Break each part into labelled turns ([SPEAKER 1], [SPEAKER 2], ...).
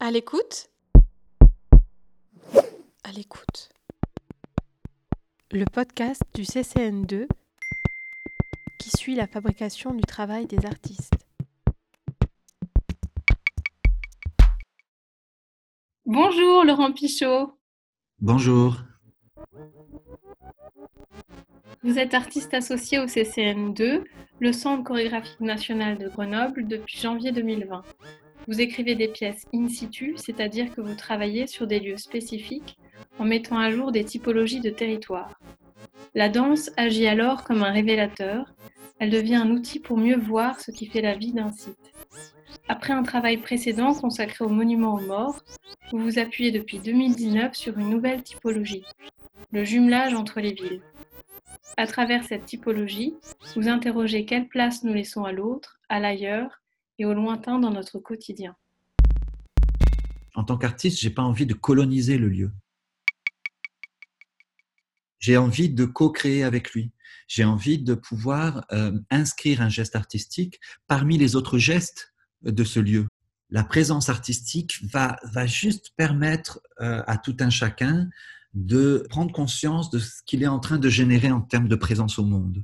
[SPEAKER 1] À l'écoute. À l'écoute. Le podcast du CCN2 qui suit la fabrication du travail des artistes.
[SPEAKER 2] Bonjour Laurent Pichot,
[SPEAKER 3] Bonjour.
[SPEAKER 2] vous êtes artiste associé au CCN2, le Centre chorégraphique national de Grenoble, depuis janvier 2020. Vous écrivez des pièces in situ, c'est-à-dire que vous travaillez sur des lieux spécifiques en mettant à jour des typologies de territoire. La danse agit alors comme un révélateur, elle devient un outil pour mieux voir ce qui fait la vie d'un site. Après un travail précédent consacré aux monuments aux morts, vous vous appuyez depuis 2019 sur une nouvelle typologie, le jumelage entre les villes. À travers cette typologie, vous interrogez quelle place nous laissons à l'autre, à l'ailleurs et au lointain dans notre quotidien.
[SPEAKER 3] En tant qu'artiste, j'ai pas envie de coloniser le lieu. J'ai envie de co-créer avec lui. J'ai envie de pouvoir inscrire un geste artistique parmi les autres gestes de ce lieu. La présence artistique va juste permettre à tout un chacun de prendre conscience de ce qu'il est en train de générer en termes de présence au monde.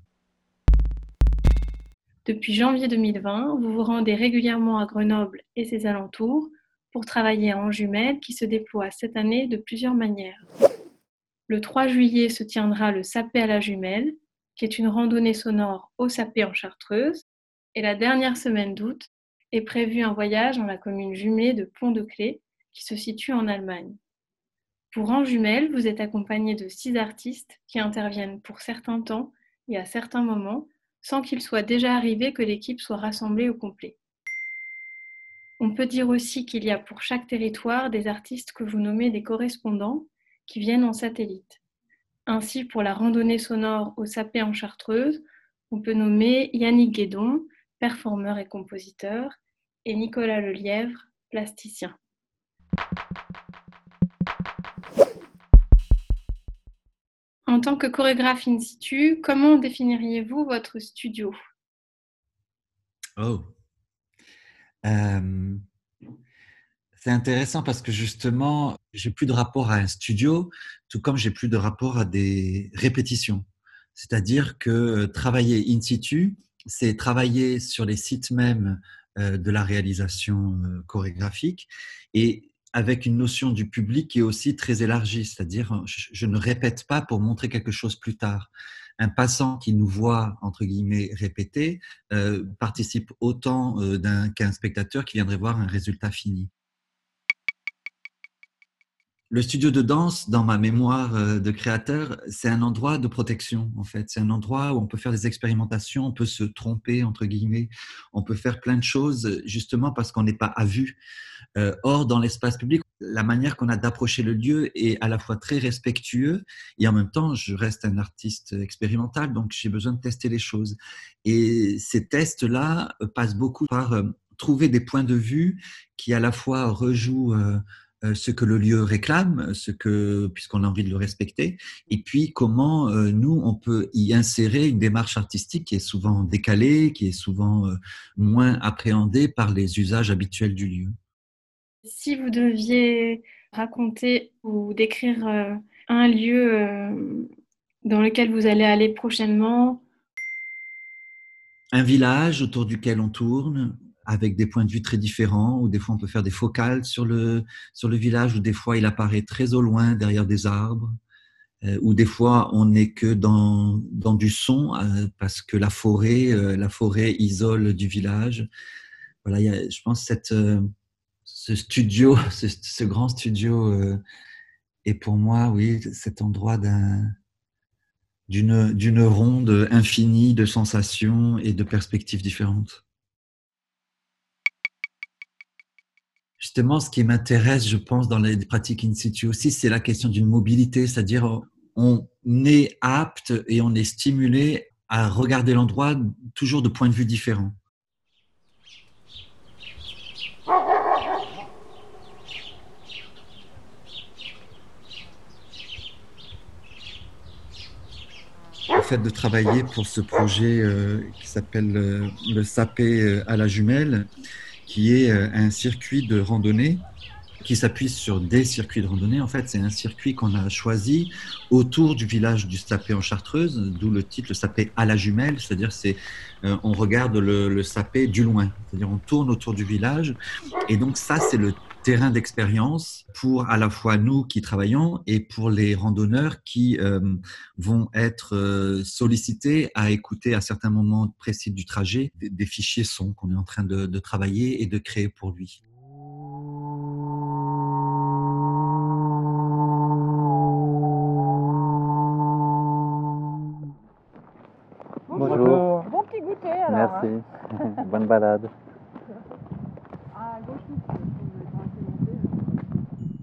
[SPEAKER 2] Depuis janvier 2020, vous vous rendez régulièrement à Grenoble et ses alentours pour travailler en jumelles qui se déploient cette année de plusieurs manières. Le 3 juillet se tiendra le Sapé à la Jumelle, qui est une randonnée sonore au Sapé en Chartreuse, et la dernière semaine d'août est prévu un voyage dans la commune jumelée de Pont-de-Claix, qui se situe en Allemagne. Pour En Jumelles, vous êtes accompagné de 6 artistes qui interviennent pour certains temps et à certains moments, sans qu'il soit déjà arrivé que l'équipe soit rassemblée au complet. On peut dire aussi qu'il y a pour chaque territoire des artistes que vous nommez des correspondants qui viennent en satellite. Ainsi, pour la randonnée sonore au Sapé en Chartreuse, on peut nommer Yannick Guédon, performeur et compositeur, et Nicolas Lelièvre, plasticien. En tant que chorégraphe in situ, comment définiriez-vous votre studio ?
[SPEAKER 3] C'est intéressant parce que justement, j'ai plus de rapport à un studio, tout comme j'ai plus de rapport à des répétitions. C'est-à-dire que travailler in situ, c'est travailler sur les sites même de la réalisation chorégraphique et avec une notion du public qui est aussi très élargie. C'est-à-dire, je ne répète pas pour montrer quelque chose plus tard. Un passant qui nous voit, entre guillemets, répéter, participe autant qu'un spectateur qui viendrait voir un résultat fini. Le studio de danse, dans ma mémoire de créateur, c'est un endroit de protection, en fait. C'est un endroit où on peut faire des expérimentations, on peut se tromper, entre guillemets. On peut faire plein de choses, justement parce qu'on n'est pas à vue. Or, dans l'espace public, la manière qu'on a d'approcher le lieu est à la fois très respectueux et en même temps, je reste un artiste expérimental, donc j'ai besoin de tester les choses. Et ces tests-là passent beaucoup par trouver des points de vue qui à la fois rejouent ce que le lieu réclame, puisqu'on a envie de le respecter, et puis comment nous, on peut y insérer une démarche artistique qui est souvent décalée, qui est souvent moins appréhendée par les usages habituels du lieu.
[SPEAKER 2] Si vous deviez raconter ou décrire un lieu dans lequel vous allez aller prochainement.
[SPEAKER 3] Un village autour duquel on tourne, avec des points de vue très différents, où des fois on peut faire des focales sur le village, où des fois il apparaît très au loin derrière des arbres, où des fois on n'est que dans du son, parce que la forêt isole du village. Voilà, je pense ce studio, ce grand studio est pour moi, oui, cet endroit d'une ronde infinie de sensations et de perspectives différentes. Justement, ce qui m'intéresse, je pense, dans les pratiques in situ aussi, c'est la question d'une mobilité, c'est-à-dire on est apte et on est stimulé à regarder l'endroit toujours de points de vue différents. Le fait de travailler pour ce projet qui s'appelle le Sapé à la Jumelle, qui est un circuit de randonnée qui s'appuie sur des circuits de randonnée. En fait, c'est un circuit qu'on a choisi autour du village du Sapé en Chartreuse, d'où le titre, le Sapé à la jumelle, c'est-à-dire on regarde le Sapé du loin, c'est-à-dire on tourne autour du village. Et donc ça, c'est le terrain d'expérience pour à la fois nous qui travaillons et pour les randonneurs qui vont être sollicités à écouter à certains moments précis du trajet des fichiers sons qu'on est en train de travailler et de créer pour lui.
[SPEAKER 4] Bonjour.
[SPEAKER 5] Bon petit goûter alors.
[SPEAKER 4] Merci. Bonne balade.
[SPEAKER 5] À gauche, vous pouvez monter.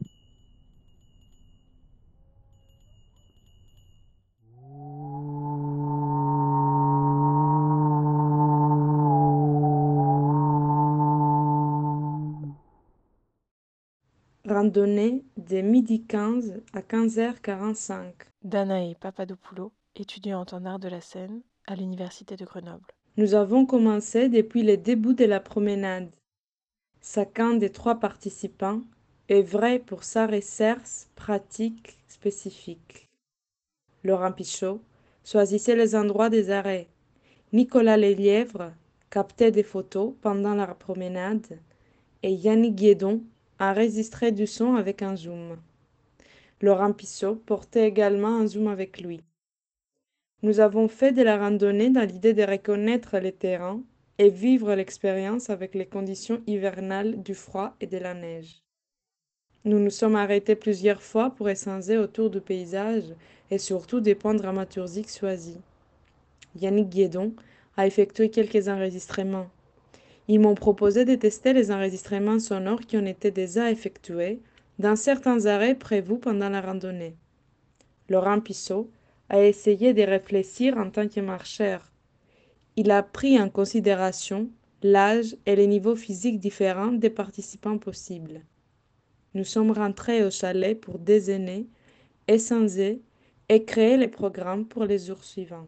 [SPEAKER 6] Randonnée de midi 15 à 15h45.
[SPEAKER 1] Danae Papadopoulou, étudiante en art de la scène à l'Université de Grenoble.
[SPEAKER 6] Nous avons commencé depuis le début de la promenade. Chacun des 3 participants œuvrait pour sa recherche pratique spécifique. Laurent Pichot choisissait les endroits des arrêts. Nicolas Lelièvre captait des photos pendant la promenade et Yannick Guédon enregistrait du son avec un zoom. Laurent Pichot portait également un zoom avec lui. Nous avons fait de la randonnée dans l'idée de reconnaître les terrains et vivre l'expérience avec les conditions hivernales du froid et de la neige. Nous nous sommes arrêtés plusieurs fois pour échanger autour du paysage et surtout des points dramaturgiques choisis. Yannick Guédon a effectué quelques enregistrements. Ils m'ont proposé de tester les enregistrements sonores qui ont été déjà effectués dans certains arrêts prévus pendant la randonnée. Laurent Pichot a essayé de réfléchir en tant que marcheur. Il a pris en considération l'âge et les niveaux physiques différents des participants possibles. Nous sommes rentrés au chalet pour déjeuner, échanger et créer les programmes pour les jours suivants.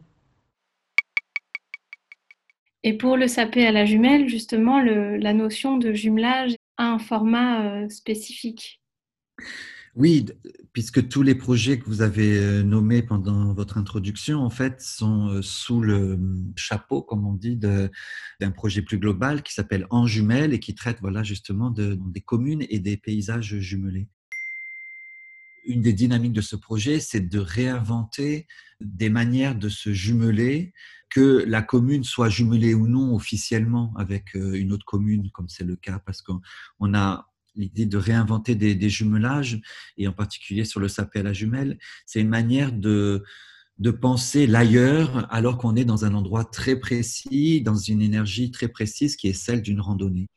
[SPEAKER 2] Et pour le sapé à la jumelle, justement, la notion de jumelage a un format spécifique.
[SPEAKER 3] Oui, puisque tous les projets que vous avez nommés pendant votre introduction, en fait, sont sous le chapeau, comme on dit, d'un projet plus global qui s'appelle En Jumelles et qui traite, voilà, justement des communes et des paysages jumelés. Une des dynamiques de ce projet, c'est de réinventer des manières de se jumeler, que la commune soit jumelée ou non officiellement avec une autre commune, comme c'est le cas, parce qu'on a l'idée de réinventer des jumelages, et en particulier sur le sapé à la jumelle. C'est une manière de penser l'ailleurs alors qu'on est dans un endroit très précis, dans une énergie très précise qui est celle d'une randonnée.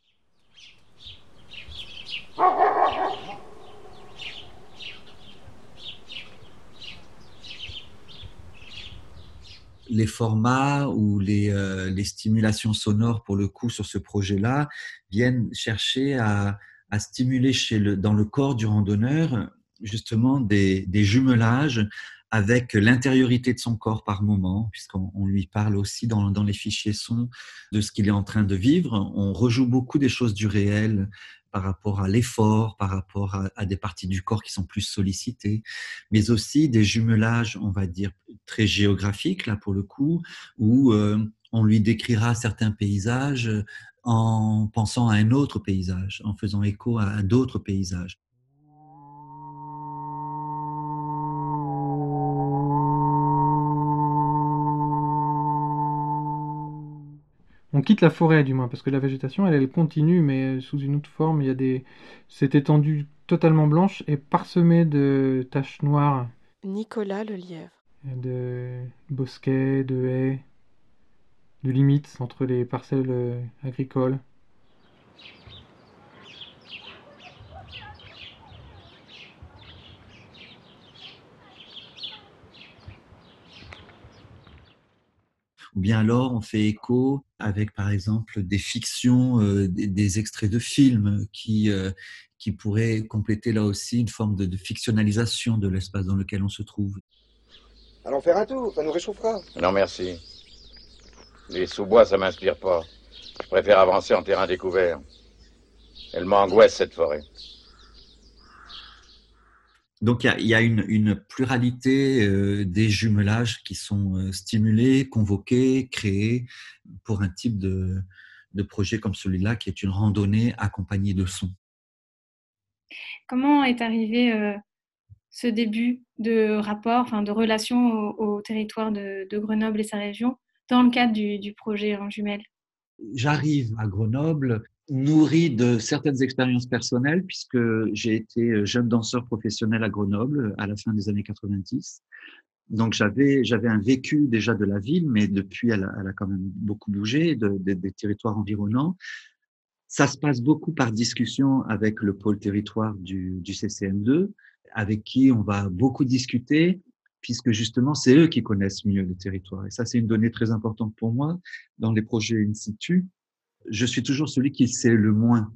[SPEAKER 3] Les formats ou les stimulations sonores, pour le coup, sur ce projet-là, viennent chercher à stimuler dans le corps du randonneur, justement, des jumelages avec l'intériorité de son corps par moment, puisqu'on lui parle aussi dans les fichiers sons de ce qu'il est en train de vivre. On rejoue beaucoup des choses du réel par rapport à l'effort, par rapport à des parties du corps qui sont plus sollicitées, mais aussi des jumelages, on va dire, très géographiques, là, pour le coup, où on lui décrira certains paysages en pensant à un autre paysage, en faisant écho à d'autres paysages.
[SPEAKER 7] On quitte la forêt, du moins, parce que la végétation, elle continue, mais sous une autre forme. Il y a cette étendue totalement blanche et parsemée de taches noires.
[SPEAKER 1] Nicolas Lelièvre.
[SPEAKER 7] De bosquets, de haies, de limites entre les parcelles agricoles.
[SPEAKER 3] Ou bien alors on fait écho avec, par exemple, des fictions, des extraits de films qui pourraient compléter là aussi une forme de fictionnalisation de l'espace dans lequel on se trouve.
[SPEAKER 8] Allons faire un tour, ça nous réchauffera.
[SPEAKER 9] Non, merci. Les sous-bois, ça m'inspire pas. Je préfère avancer en terrain découvert. Elle m'angoisse, cette forêt.
[SPEAKER 3] Donc, il y a une pluralité des jumelages qui sont stimulés, convoqués, créés pour un type de projet comme celui-là, qui est une randonnée accompagnée de son.
[SPEAKER 2] Comment est arrivé ce début de rapport, enfin de relation au territoire de Grenoble et sa région dans le cadre du projet en jumelles?
[SPEAKER 3] J'arrive à Grenoble nourri de certaines expériences personnelles, puisque j'ai été jeune danseur professionnel à Grenoble à la fin des années 90. Donc j'avais un vécu déjà de la ville, mais depuis elle a quand même beaucoup bougé des territoires environnants. Ça se passe beaucoup par discussion avec le pôle territoire du CCN2, avec qui on va beaucoup discuter, puisque justement c'est eux qui connaissent mieux le territoire. Et ça, c'est une donnée très importante pour moi dans les projets in situ. Je suis toujours celui qui sait le moins.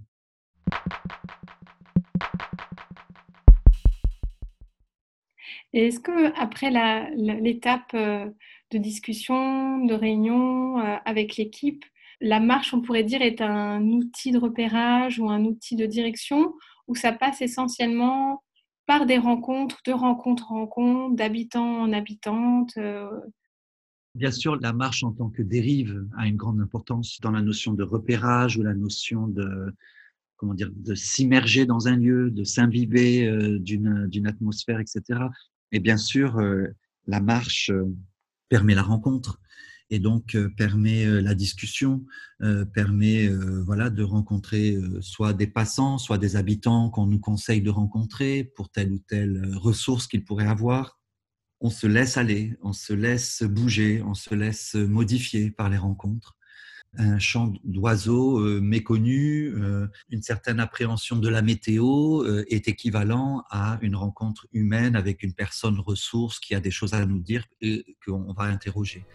[SPEAKER 2] Et est-ce qu'après l'étape de discussion, de réunion avec l'équipe, la marche, on pourrait dire, est un outil de repérage ou un outil de direction, ou ça passe essentiellement par des rencontres, de rencontre en rencontre, d'habitants en habitantes
[SPEAKER 3] Bien sûr, la marche en tant que dérive a une grande importance dans la notion de repérage ou la notion de, comment dire, de s'immerger dans un lieu, de s'imbiber d'une atmosphère, etc. Et bien sûr, la marche permet la rencontre et donc permet la discussion, permet voilà, de rencontrer soit des passants, soit des habitants qu'on nous conseille de rencontrer pour telle ou telle ressource qu'ils pourraient avoir. On se laisse aller, on se laisse bouger, on se laisse modifier par les rencontres. Un chant d'oiseaux méconnu, une certaine appréhension de la météo est équivalent à une rencontre humaine avec une personne ressource qui a des choses à nous dire et qu'on va interroger.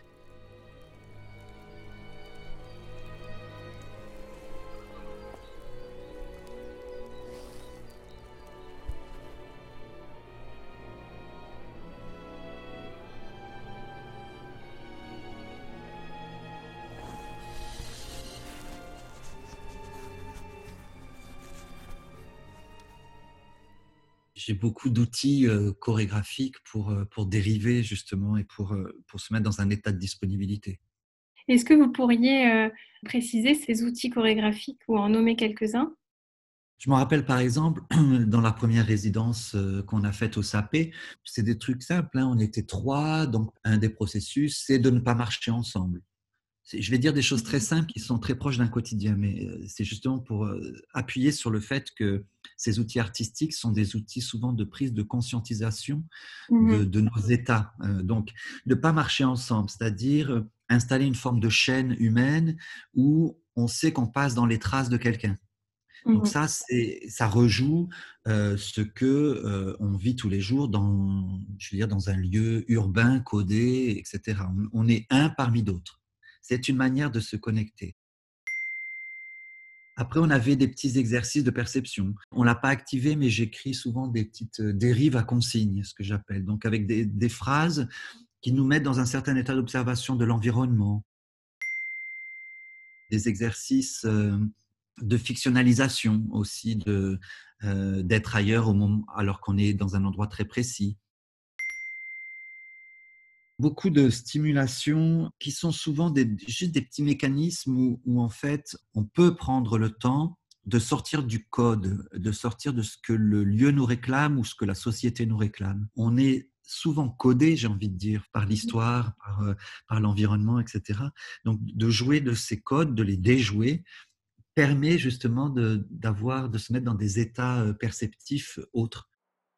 [SPEAKER 3] J'ai beaucoup d'outils chorégraphiques pour dériver justement et pour se mettre dans un état de disponibilité.
[SPEAKER 2] Est-ce que vous pourriez préciser ces outils chorégraphiques ou en nommer quelques-uns?
[SPEAKER 3] Je me rappelle par exemple, dans la première résidence qu'on a faite au SAPé, c'est des trucs simples, hein, on était 3, donc un des processus, c'est de ne pas marcher ensemble. Je vais dire des choses très simples qui sont très proches d'un quotidien, mais c'est justement pour appuyer sur le fait que ces outils artistiques sont des outils souvent de prise de conscientisation de nos états. Donc, ne pas marcher ensemble, c'est-à-dire installer une forme de chaîne humaine où on sait qu'on passe dans les traces de quelqu'un. Donc ça rejoue ce que on vit tous les jours je veux dire, dans un lieu urbain, codé, etc. On est un parmi d'autres. C'est une manière de se connecter. Après, on avait des petits exercices de perception. On ne l'a pas activé, mais j'écris souvent des petites dérives à consignes, ce que j'appelle. Donc avec des phrases qui nous mettent dans un certain état d'observation de l'environnement. Des exercices de fictionnalisation aussi, d'être ailleurs alors qu'on est dans un endroit très précis. Beaucoup de stimulations qui sont souvent juste des petits mécanismes où en fait on peut prendre le temps de sortir du code, de sortir de ce que le lieu nous réclame ou ce que la société nous réclame. On est souvent codé, j'ai envie de dire, par l'histoire, par l'environnement, etc. Donc de jouer de ces codes, de les déjouer, permet justement de se mettre dans des états perceptifs autres.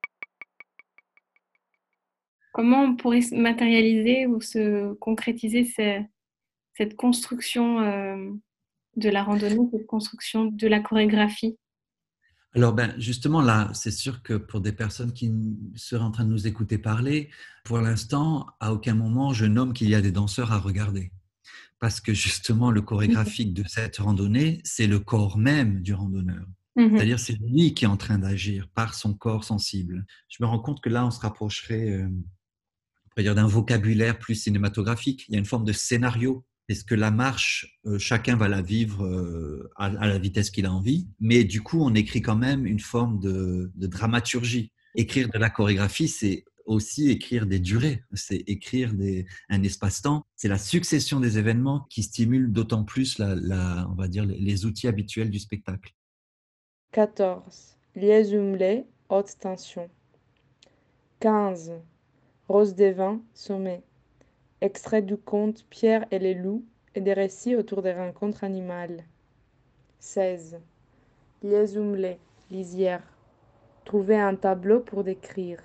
[SPEAKER 2] Comment on pourrait se matérialiser ou se concrétiser cette construction de la randonnée, cette construction de la chorégraphie?
[SPEAKER 3] Alors justement là, c'est sûr que pour des personnes qui seraient en train de nous écouter parler, pour l'instant, à aucun moment je nomme qu'il y a des danseurs à regarder. Parce que justement, le chorégraphique de cette randonnée, c'est le corps même du randonneur. C'est-à-dire, c'est lui qui est en train d'agir par son corps sensible. Je me rends compte que là, on se rapprocherait on pourrait dire d'un vocabulaire plus cinématographique. Il y a une forme de scénario. Est-ce que la marche, chacun va la vivre à la vitesse qu'il a envie, mais du coup, on écrit quand même une forme de dramaturgie. Écrire de la chorégraphie, c'est aussi écrire des durées, c'est écrire un espace-temps. C'est la succession des événements qui stimule d'autant plus, on va dire, les outils habituels du spectacle.
[SPEAKER 6] 14. Lies umlé, haute tension. 15. Rose des vins, sommet. Extrait du conte Pierre et les loups et des récits autour des rencontres animales. 16. Lies umlé, lisière. Trouver un tableau pour décrire.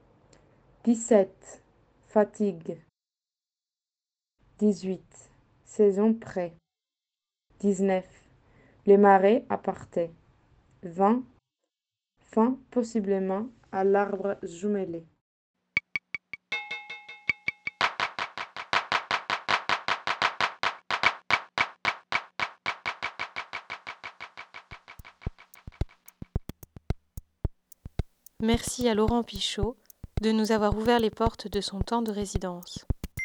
[SPEAKER 6] 17. Fatigue. 18. Saison près. 19. Les marais apartés. 20. Fin possiblement à l'arbre jumelé.
[SPEAKER 1] Merci à Laurent Pichot de nous avoir ouvert les portes de son temps de résidence.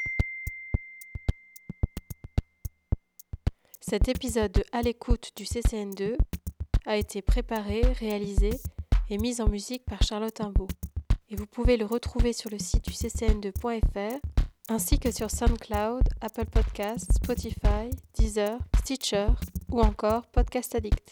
[SPEAKER 1] Cet épisode de À l'écoute du CCN2 a été préparé, réalisé et mis en musique par Charlotte Imbeau. Et vous pouvez le retrouver sur le site du ccn2.fr ainsi que sur SoundCloud, Apple Podcasts, Spotify, Deezer, Stitcher ou encore Podcast Addict.